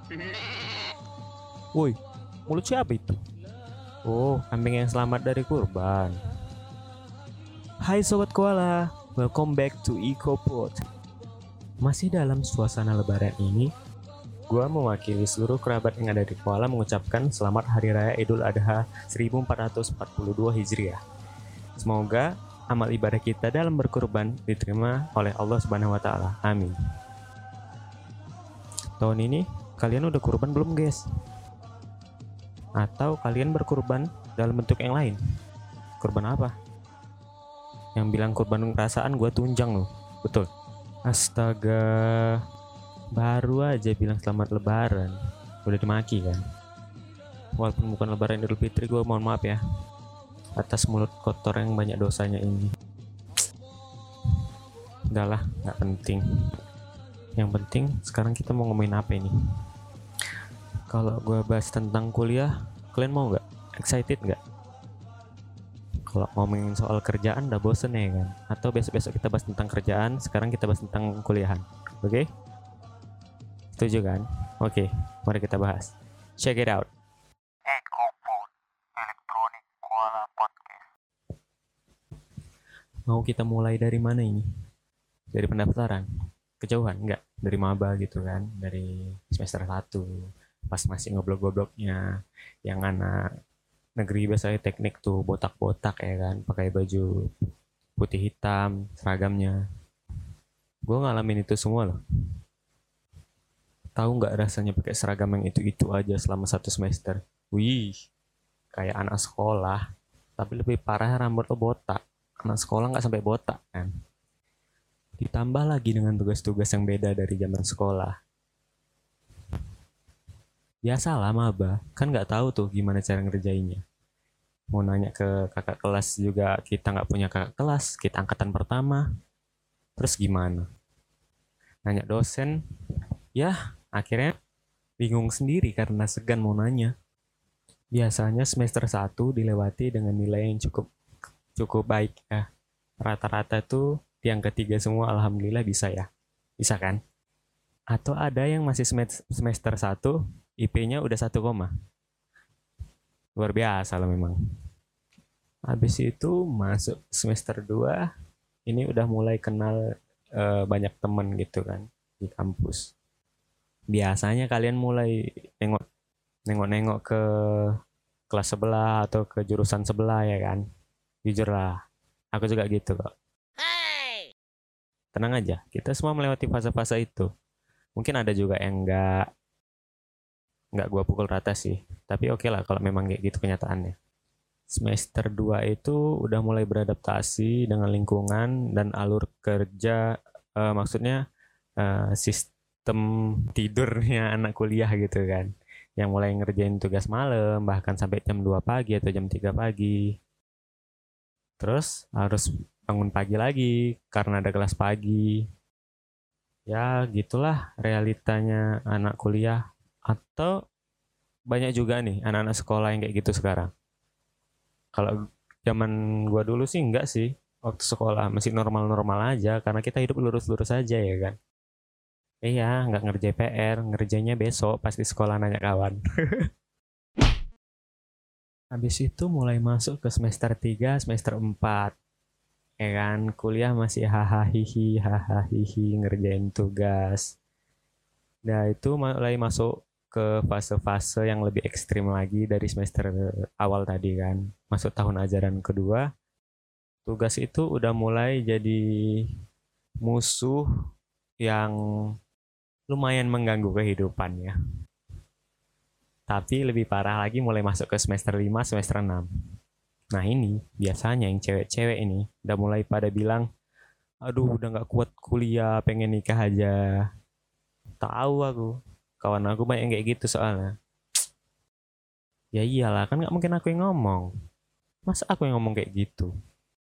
Woi, mulut siapa itu? Oh, kambing yang selamat dari kurban. Hai Sobat Koala, welcome back to EcoPod. Masih dalam suasana lebaran ini, gua mewakili seluruh kerabat yang ada di Koala mengucapkan selamat Hari Raya Idul Adha 1442 Hijriah. Semoga amal ibadah kita dalam berkurban diterima oleh Allah Subhanahu wa taala. Amin. Tahun ini kalian udah kurban belum, guys? Atau kalian berkurban dalam bentuk yang lain? Kurban apa? Yang bilang kurban perasaan gue tunjang loh. Betul. Astaga, baru aja bilang selamat lebaran udah dimaki kan. Walaupun bukan lebaran Idul Fitri, gue mohon maaf ya atas mulut kotor yang banyak dosanya ini. Udahlah, gak penting. Yang penting sekarang kita mau ngomongin apa ini. Kalau gue bahas tentang kuliah, kalian mau gak? Excited gak? Kalau ngomongin soal kerjaan udah bosen ya kan? Atau besok-besok kita bahas tentang kerjaan, sekarang kita bahas tentang kuliahan. Oke? Setuju kan? Oke, mari kita bahas. Check it out. Mau kita mulai dari mana ini? Dari pendaftaran? Kejauhan? Enggak? Dari maba gitu kan? Dari semester 1. Pas masih ngoblok-gobloknya, yang anak negeri biasanya teknik tuh botak-botak ya kan, pakai baju putih hitam seragamnya. Gue ngalamin itu semua loh. Tahu nggak rasanya pakai seragam yang itu aja selama 1 semester? Wih, kayak anak sekolah. Tapi lebih parah rambut lo botak. Anak sekolah nggak sampai botak kan. Ditambah lagi dengan tugas-tugas yang beda dari zaman sekolah. Biasalah maba, kan nggak tahu tuh gimana cara ngerjainnya. Mau nanya ke kakak kelas juga kita nggak punya kakak kelas, kita angkatan pertama. Terus gimana? Nanya dosen, ya akhirnya bingung sendiri karena segan mau nanya. Biasanya semester 1 dilewati dengan nilai yang cukup baik ya. Rata-rata tuh di angka 3 semua, alhamdulillah bisa ya. Bisa kan? Atau ada yang masih semester 1 IP-nya udah 1, luar biasa loh memang. Habis itu masuk semester 2, ini udah mulai kenal banyak temen gitu kan di kampus. Biasanya kalian mulai nengok-nengok ke kelas sebelah atau ke jurusan sebelah ya kan. Jujur lah, aku juga gitu kok. Tenang aja, kita semua melewati fase-fase itu. Mungkin ada juga yang nggak gua pukul rata sih, tapi oke lah kalau memang kayak gitu kenyataannya. Semester 2 itu udah mulai beradaptasi dengan lingkungan dan alur kerja, maksudnya sistem tidurnya anak kuliah gitu kan, yang mulai ngerjain tugas malam bahkan sampai jam 2 pagi atau jam 3 pagi. Terus harus bangun pagi lagi karena ada kelas pagi. Ya gitulah realitanya anak kuliah. Atau banyak juga nih anak-anak sekolah yang kayak gitu sekarang. Kalau zaman gua dulu sih enggak sih. Waktu sekolah masih normal-normal aja karena kita hidup lurus-lurus aja ya kan. Iya, nggak ngerjain PR, ngerjainnya besok pas di sekolah nanya kawan. Habis itu mulai masuk ke semester 3, semester 4. Ya kan, kuliah masih hahaha ngerjain tugas. Nah, itu mulai masuk ke fase-fase yang lebih ekstrim lagi dari semester awal tadi kan. Masuk tahun ajaran kedua, tugas itu udah mulai jadi musuh yang lumayan mengganggu kehidupan ya. Tapi lebih parah lagi mulai masuk ke semester 5, semester 6. Nah ini biasanya yang cewek-cewek ini udah mulai pada bilang, aduh udah gak kuat kuliah, pengen nikah aja. Tahu aku, kawan aku banyak yang kayak gitu soalnya. Ya iyalah, kan gak mungkin aku yang ngomong. Masa aku yang ngomong kayak gitu?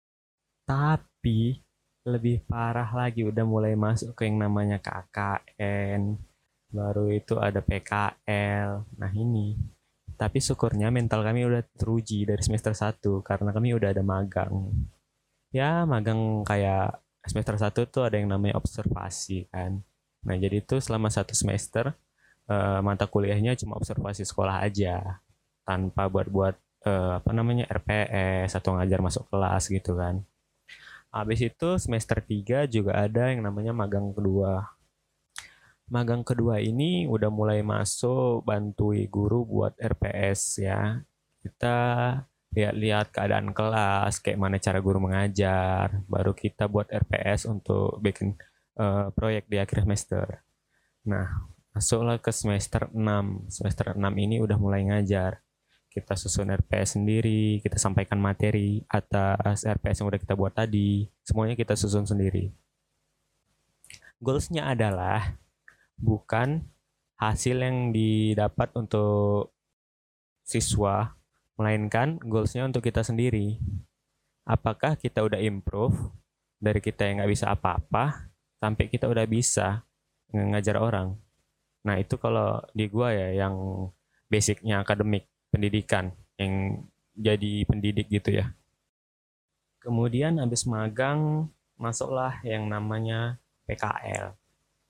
Tapi lebih parah lagi udah mulai masuk ke yang namanya KKN. Baru itu ada PKL. Nah ini. Tapi syukurnya mental kami udah teruji dari semester 1 karena kami udah ada magang. Ya magang kayak semester 1 tuh ada yang namanya observasi kan. Nah jadi itu selama 1 semester mata kuliahnya cuma observasi sekolah aja tanpa buat-buat RPS atau ngajar masuk kelas gitu kan. Habis itu semester 3 juga ada yang namanya magang kedua. Magang kedua ini udah mulai masuk bantui guru buat RPS ya. Kita lihat-lihat keadaan kelas, kayak mana cara guru mengajar, baru kita buat RPS untuk bikin proyek di akhir semester. Nah, masuklah ke semester 6. Semester 6 ini udah mulai ngajar. Kita susun RPS sendiri, kita sampaikan materi atas RPS yang udah kita buat tadi. Semuanya kita susun sendiri. Goals-nya adalah bukan hasil yang didapat untuk siswa, melainkan goals-nya untuk kita sendiri. Apakah kita udah improve dari kita yang nggak bisa apa-apa sampai kita udah bisa ngajar orang. Nah itu kalau di gua ya yang basicnya akademik, pendidikan, yang jadi pendidik gitu ya. Kemudian habis magang masuklah yang namanya PKL.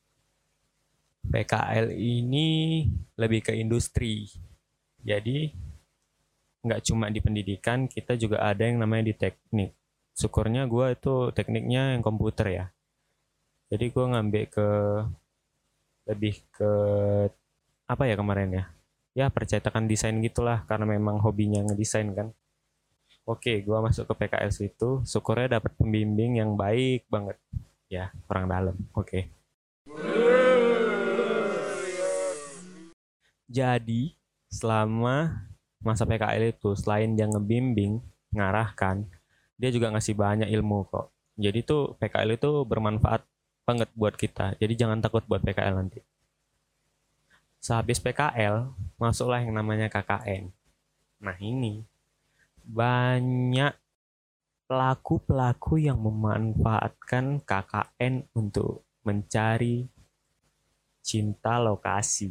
PKL ini lebih ke industri. Jadi nggak cuma di pendidikan, kita juga ada yang namanya di teknik. Syukurnya gue itu tekniknya yang komputer ya. Jadi gue ngambil lebih ke apa ya kemarin ya? Ya percetakan desain gitulah karena memang hobinya ngedesain kan. Oke, gue masuk ke PKL situ. Syukurnya dapat pembimbing yang baik banget. Ya, orang dalam. Oke. Jadi selama masa PKL itu selain dia ngebimbing, ngarahkan, dia juga ngasih banyak ilmu kok. Jadi tuh PKL itu bermanfaat banget buat kita. Jadi jangan takut buat PKL nanti. Sehabis PKL, masuklah yang namanya KKN. Nah ini banyak pelaku-pelaku yang memanfaatkan KKN untuk mencari cinta lokasi.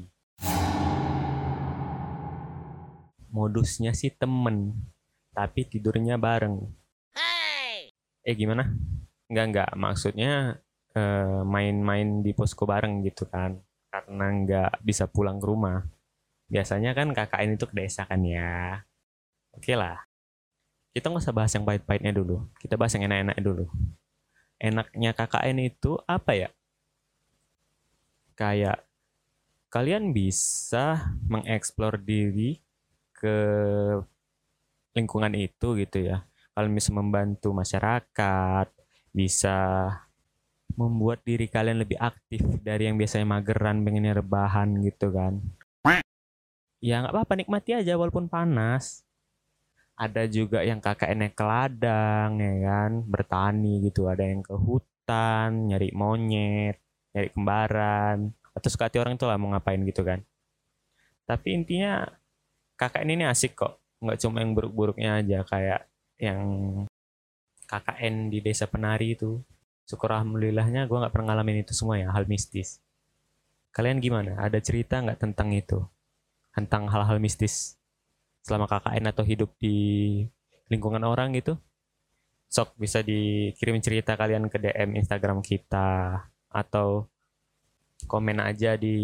Modusnya sih temen, tapi tidurnya bareng. Gimana? Enggak. Maksudnya main-main di posko bareng gitu kan. Karena nggak bisa pulang ke rumah. Biasanya kan KKN itu ke desa kan ya. Oke lah. Kita nggak usah bahas yang pahit-pahitnya dulu. Kita bahas yang enak-enak dulu. Enaknya KKN itu apa ya? Kayak kalian bisa mengeksplor diri ke lingkungan itu gitu ya. Kalian bisa membantu masyarakat, bisa membuat diri kalian lebih aktif dari yang biasanya mageran, pengennya rebahan gitu kan. Ya nggak apa-apa, nikmati aja walaupun panas. Ada juga yang KKN ke ladang ya kan, bertani gitu. Ada yang ke hutan, nyari monyet, nyari kembaran. Atau suka hati orang itu lah mau ngapain gitu kan. Tapi intinya KKN ini asik kok. Nggak cuma yang buruk-buruknya aja kayak yang KKN di desa penari itu. Syukur alhamdulillahnya gue nggak pernah ngalamin itu semua ya, hal mistis. Kalian gimana? Ada cerita nggak tentang itu? Tentang hal-hal mistis selama KKN atau hidup di lingkungan orang gitu? Sok bisa dikirim cerita kalian ke DM Instagram kita atau komen aja di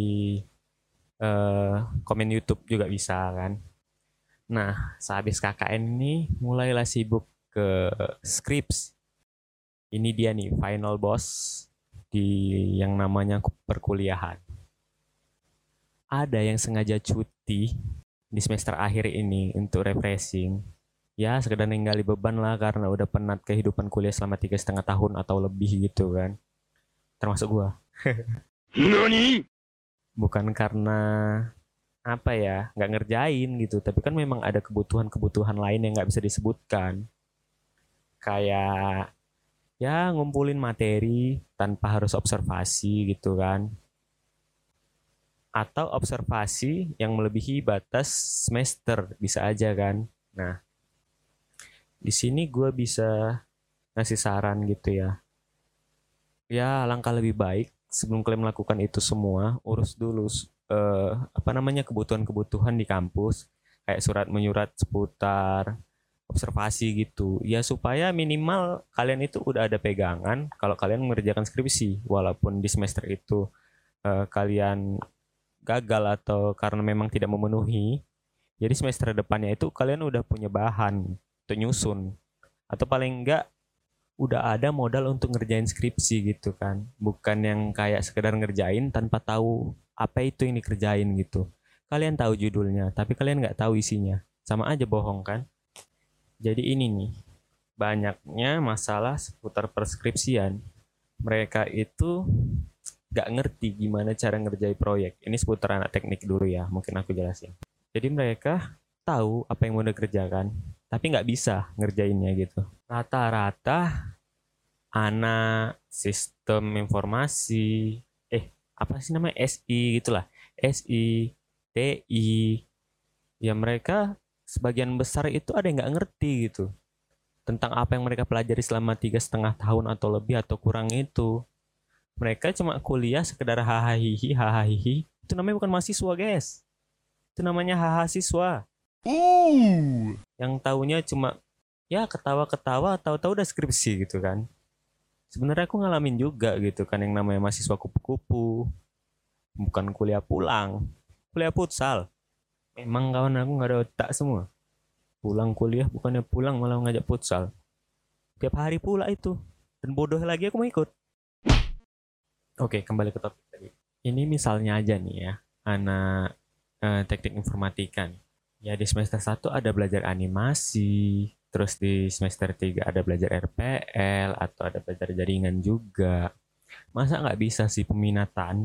komen YouTube juga bisa kan. Nah, sehabis KKN ini mulailah sibuk ke skrips. Ini dia nih final boss di yang namanya perkuliahan. Ada yang sengaja cuti di semester akhir ini untuk refreshing. Ya, sekedar ninggali beban lah karena udah penat kehidupan kuliah selama 3,5 tahun atau lebih gitu kan. Termasuk gua. Nani? Bukan karena apa ya, nggak ngerjain gitu, tapi kan memang ada kebutuhan-kebutuhan lain yang nggak bisa disebutkan. Kayak ya ngumpulin materi tanpa harus observasi gitu kan. Atau observasi yang melebihi batas semester bisa aja kan. Nah, di sini gue bisa ngasih saran gitu ya. Ya, langkah lebih baik sebelum kalian melakukan itu semua, urus dulu kebutuhan-kebutuhan di kampus, kayak surat menyurat seputar observasi gitu. Ya supaya minimal kalian itu udah ada pegangan kalau kalian mengerjakan skripsi, walaupun di semester itu kalian gagal atau karena memang tidak memenuhi, jadi semester depannya itu kalian udah punya bahan untuk nyusun. Atau paling enggak udah ada modal untuk ngerjain skripsi gitu kan. Bukan yang kayak sekedar ngerjain tanpa tahu apa itu yang dikerjain gitu. Kalian tahu judulnya, tapi kalian nggak tahu isinya. Sama aja bohong kan? Jadi ini nih, banyaknya masalah seputar perskripsian. Mereka itu nggak ngerti gimana cara ngerjain proyek. Ini seputar anak teknik dulu ya, mungkin aku jelasin. Jadi mereka tahu apa yang mau dikerjakan, tapi nggak bisa ngerjainnya gitu. Rata-rata anak sistem informasi, apa sih namanya, SI gitulah, SI, TI, ya mereka sebagian besar itu ada yang nggak ngerti gitu tentang apa yang mereka pelajari selama 3,5 tahun atau lebih atau kurang itu. Mereka cuma kuliah sekedar hahaha, itu namanya bukan mahasiswa guys, itu namanya hahaha siswa. Yang taunya cuma ya ketawa-ketawa, tahu-tahu udah skripsi gitu kan. Sebenarnya aku ngalamin juga gitu kan yang namanya mahasiswa kupu-kupu, bukan kuliah pulang, kuliah futsal. Emang kawan aku nggak ada otak semua, pulang kuliah bukannya pulang malah ngajak futsal tiap hari pula itu, dan bodoh lagi aku mau ikut. Oke, kembali ke topik tadi. Ini misalnya aja nih ya, anak teknik informatika nih. Ya di semester 1 ada belajar animasi, terus di semester 3 ada belajar RPL, atau ada belajar jaringan juga. Masa nggak bisa sih peminatan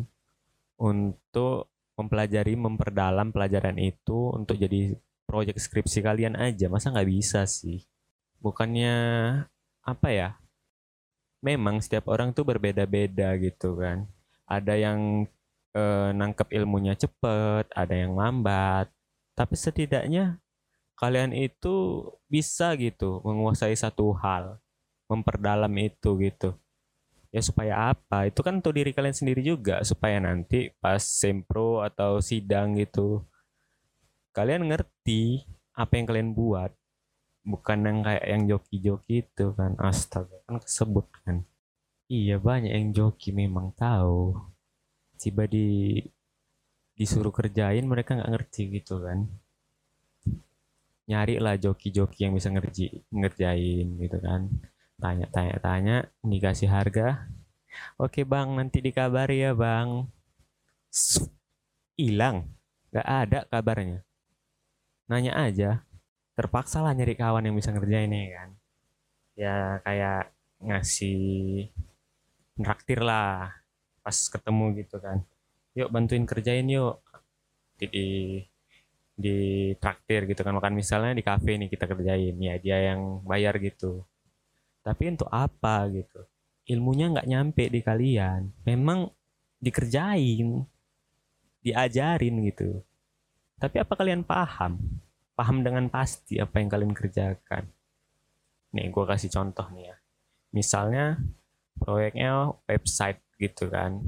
untuk memperdalam pelajaran itu untuk jadi proyek skripsi kalian aja? Masa nggak bisa sih? Bukannya apa ya? Memang setiap orang tuh berbeda-beda gitu kan. Ada yang nangkep ilmunya cepet, ada yang lambat. Tapi setidaknya kalian itu bisa gitu menguasai satu hal, memperdalam itu gitu. Ya supaya apa? Itu kan untuk diri kalian sendiri juga, supaya nanti pas sempro atau sidang gitu, kalian ngerti apa yang kalian buat. Bukan yang kayak yang joki-joki itu kan. Astaga, kan kesebut kan. Iya, banyak yang joki memang tahu. Tiba disuruh kerjain mereka nggak ngerti gitu kan. Nyari lah joki-joki yang bisa ngerjain gitu kan. Tanya, dikasih harga. Oke bang, nanti dikabari ya bang. Hilang, nggak ada kabarnya. Nanya aja, terpaksa lah nyari kawan yang bisa ngerjain ini kan. Ya kayak ngasih traktir lah pas ketemu gitu kan. Yuk bantuin kerjain yuk. Di di traktir gitu kan, makan misalnya di kafe nih kita kerjain, ya dia yang bayar gitu. Tapi untuk apa gitu? Ilmunya nggak nyampe di kalian. Memang dikerjain, diajarin gitu. Tapi apa kalian paham? Paham dengan pasti apa yang kalian kerjakan. Nih, gue kasih contoh nih ya. Misalnya proyeknya website gitu kan.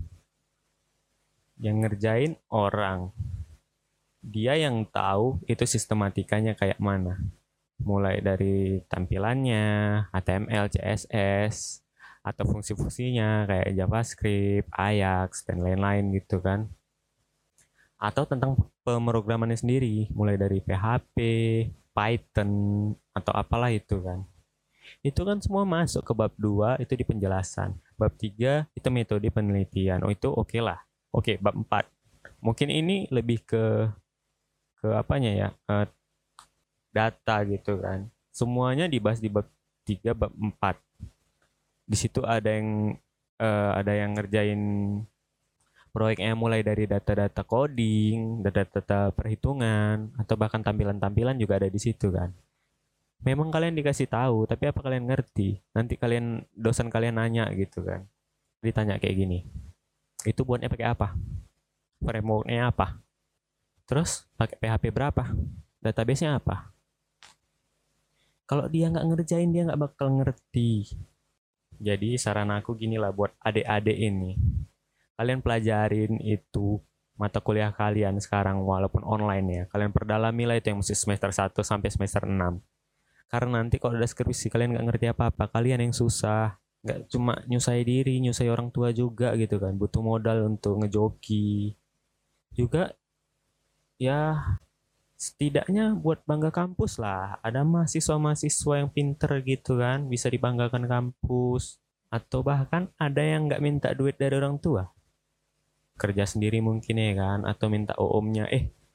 Yang ngerjain orang. Dia yang tahu itu sistematikanya kayak mana. Mulai dari tampilannya, HTML, CSS, atau fungsi-fungsinya kayak JavaScript, Ajax, dan lain-lain gitu kan. Atau tentang pemrogramannya sendiri, mulai dari PHP, Python, atau apalah itu kan. Itu kan semua masuk ke bab 2, itu di penjelasan. Bab 3 itu metode penelitian. Oh itu oke lah. Oke, bab 4. Mungkin ini lebih ke apanya ya? Data gitu kan. Semuanya dibahas di bab 3, bab 4. Di situ ada yang ngerjain proyeknya mulai dari data-data coding, data-data perhitungan, atau bahkan tampilan-tampilan juga ada di situ kan. Memang kalian dikasih tahu, tapi apa kalian ngerti? Nanti dosen kalian nanya gitu kan. Ditanya kayak gini. Itu buatnya pakai apa? Frameworknya apa? Terus pakai PHP berapa? Database-nya apa? Kalau dia nggak ngerjain, dia nggak bakal ngerti. Jadi saran aku gini lah buat adik-adik ini. Kalian pelajarin itu mata kuliah kalian sekarang walaupun online ya. Kalian perdalami lah itu yang mesti semester 1 sampai semester 6. Karena nanti kalau ada skripsi kalian nggak ngerti apa-apa, kalian yang susah. Nggak cuma nyusai diri, nyusai orang tua juga gitu kan. Butuh modal untuk ngejoki. juga ya setidaknya buat bangga kampus lah. Ada mahasiswa-mahasiswa yang pinter gitu kan, bisa dibanggakan kampus. Atau bahkan ada yang nggak minta duit dari orang tua. Kerja sendiri mungkin ya kan, atau minta OOM-nya.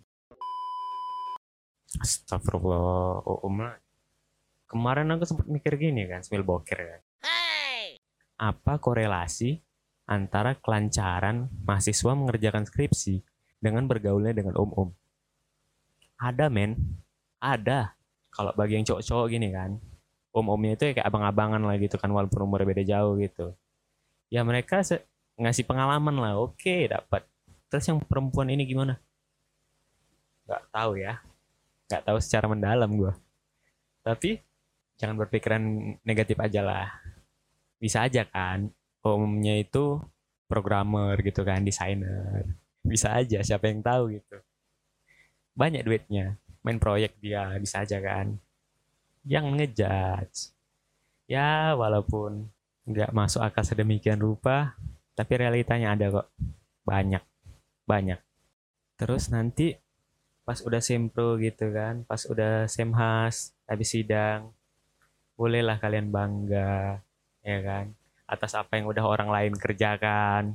Astagfirullah, OOM lah. Kemarin aku sempat mikir gini kan, sambil boker kan. Apa korelasi antara kelancaran mahasiswa mengerjakan skripsi dengan bergaulnya dengan om-om? Ada men, ada. Kalau bagi yang cowok-cowok gini kan, om-omnya itu ya kayak abang-abangan lah gitu kan, walaupun umurnya beda jauh gitu. Ya mereka ngasih pengalaman lah, oke dapat. Terus yang perempuan ini gimana? Gak tahu ya, gak tahu secara mendalam gue. Tapi jangan berpikiran negatif aja lah. Bisa aja kan, omnya itu programmer gitu kan, desainer. Bisa aja, siapa yang tahu gitu. Banyak duitnya, main proyek dia, bisa aja kan. Yang ngejudge. Ya walaupun nggak masuk akal sedemikian rupa, tapi realitanya ada kok. Banyak, banyak. Terus nanti pas udah sempro gitu kan, pas udah semhas, habis sidang, bolehlah kalian bangga, ya kan, atas apa yang udah orang lain kerjakan.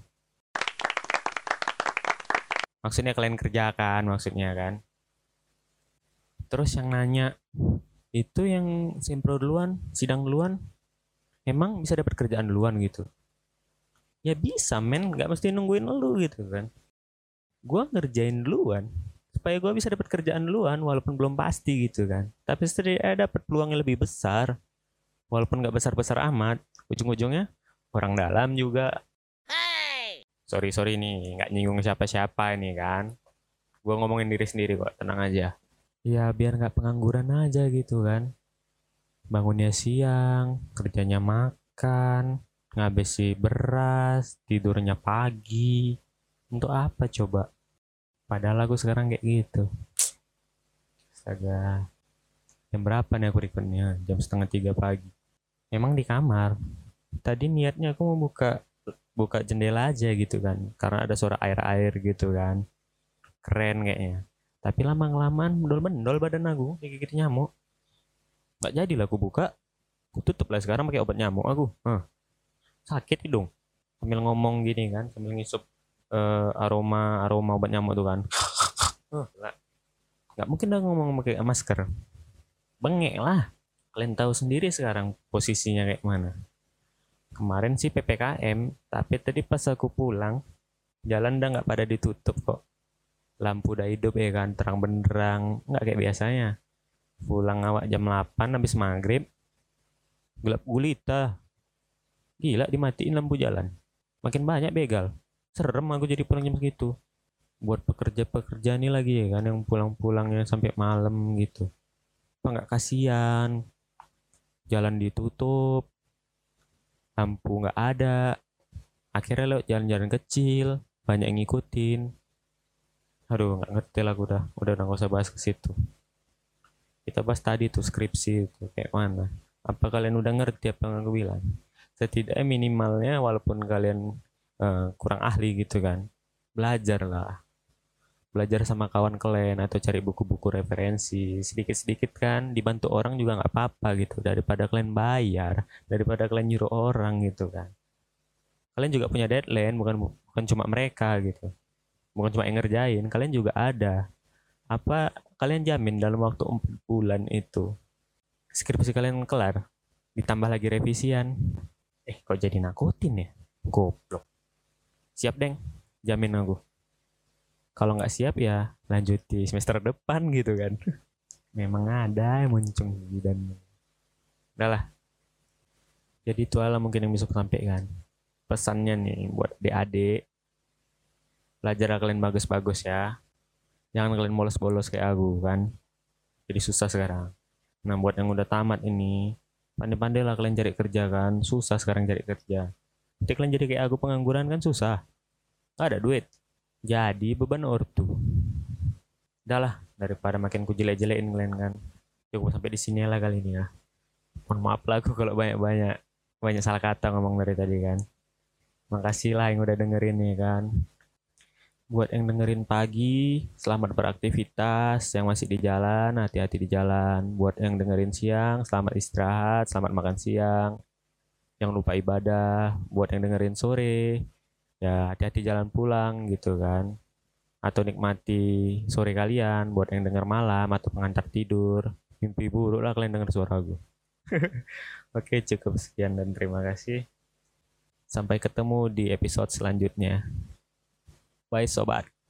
Maksudnya kalian kerjakan, maksudnya kan. Terus yang nanya, itu yang sempro duluan, sidang duluan, emang bisa dapat kerjaan duluan gitu? Ya bisa men, nggak mesti nungguin lu gitu kan. Gua ngerjain duluan, supaya gue bisa dapat kerjaan duluan walaupun belum pasti gitu kan, tapi setidaknya dapat peluang yang lebih besar walaupun nggak besar-besar amat. Ujung-ujungnya orang dalam juga. Sorry nih, nggak nyinggung siapa-siapa ini kan, gue ngomongin diri sendiri kok, tenang aja. Ya biar nggak pengangguran aja gitu kan, bangunnya siang, kerjanya makan, ngabisi beras, tidurnya pagi, untuk apa coba? Padahal aku sekarang kayak gitu. Astaga, jam berapa nih aku recordnya? Jam setengah 3 pagi. Emang di kamar. Tadi niatnya aku mau buka buka jendela aja gitu kan, karena ada suara air-air gitu kan. Keren kayaknya. Tapi lama-kelamaan mendol-mendol badan aku, digigit nyamuk. Nggak jadi lah aku buka. Aku tutup lah sekarang pakai obat nyamuk aku. Sakit hidung. Sambil ngomong gini kan, sambil ngisup aroma aroma obat nyamuk tuh kan. Nggak mungkin dah ngomong pakai masker. Bengek lah. Kalian tahu sendiri sekarang posisinya kayak mana. Kemarin sih PPKM, tapi tadi pas aku pulang, jalan udah nggak pada ditutup kok. Lampu udah hidup ya kan, terang benderang, nggak kayak biasanya. Pulang awak jam 8 habis maghrib, gelap gulita. Gila dimatiin lampu jalan. Makin banyak begal. Serem aku jadi pulang jam segitu. Buat pekerja-pekerja nih lagi ya kan, yang pulang-pulangnya sampai malam gitu. Apa nggak kasihan? Jalan ditutup, lampu nggak ada, akhirnya lewat jalan-jalan kecil, banyak yang ngikutin. Aduh nggak ngerti lah, udah nggak usah bahas ke situ. Kita bahas tadi tuh skripsi itu kayak mana. Apa kalian udah ngerti apa yang aku bilang? Setidaknya minimalnya walaupun kalian kurang ahli gitu kan, belajar lah, belajar sama kawan kalian atau cari buku-buku referensi sedikit-sedikit kan, dibantu orang juga nggak apa-apa gitu, daripada kalian bayar, daripada kalian nyuruh orang gitu kan. Kalian juga punya deadline, bukan bukan cuma mereka gitu, bukan cuma yang ngerjain, kalian juga ada. Apa kalian jamin dalam waktu 4 bulan itu skripsi kalian kelar, ditambah lagi revisian? Kok jadi nakutin ya, goblok. Siap deng, jamin aku. Kalau nggak siap ya lanjut di semester depan gitu kan. Memang ada yang muncul dan udah lah. Jadi itu lah mungkin yang bisa aku sampaikan. Pesannya nih buat adik-adik, belajar kalian bagus-bagus ya. Jangan kalian bolos-bolos kayak aku kan. Jadi susah sekarang. Nah buat yang udah tamat ini, pandai-pandai lah kalian cari kerja kan. Susah sekarang cari kerja. Nanti kalian jadi kayak aku pengangguran kan susah. Gak ada duit. Jadi beban ortu. Udah lah, daripada makin ku jelek-jelekin kalian kan. Cukup sampai di sini lah kali ini ya. Mohon maaf lah aku kalau banyak salah kata ngomong dari tadi kan. Makasih lah yang udah dengerin nih kan. Buat yang dengerin pagi, selamat beraktivitas. Yang masih di jalan, hati-hati di jalan. Buat yang dengerin siang, selamat istirahat, selamat makan siang. Yang lupa ibadah. Buat yang dengerin sore, ya hati-hati jalan pulang gitu kan. Atau nikmati sore kalian. Buat yang denger malam atau pengantar tidur. Mimpi buruk lah kalian denger suara gue. Oke, cukup sekian dan terima kasih. Sampai ketemu di episode selanjutnya. Bye sobat.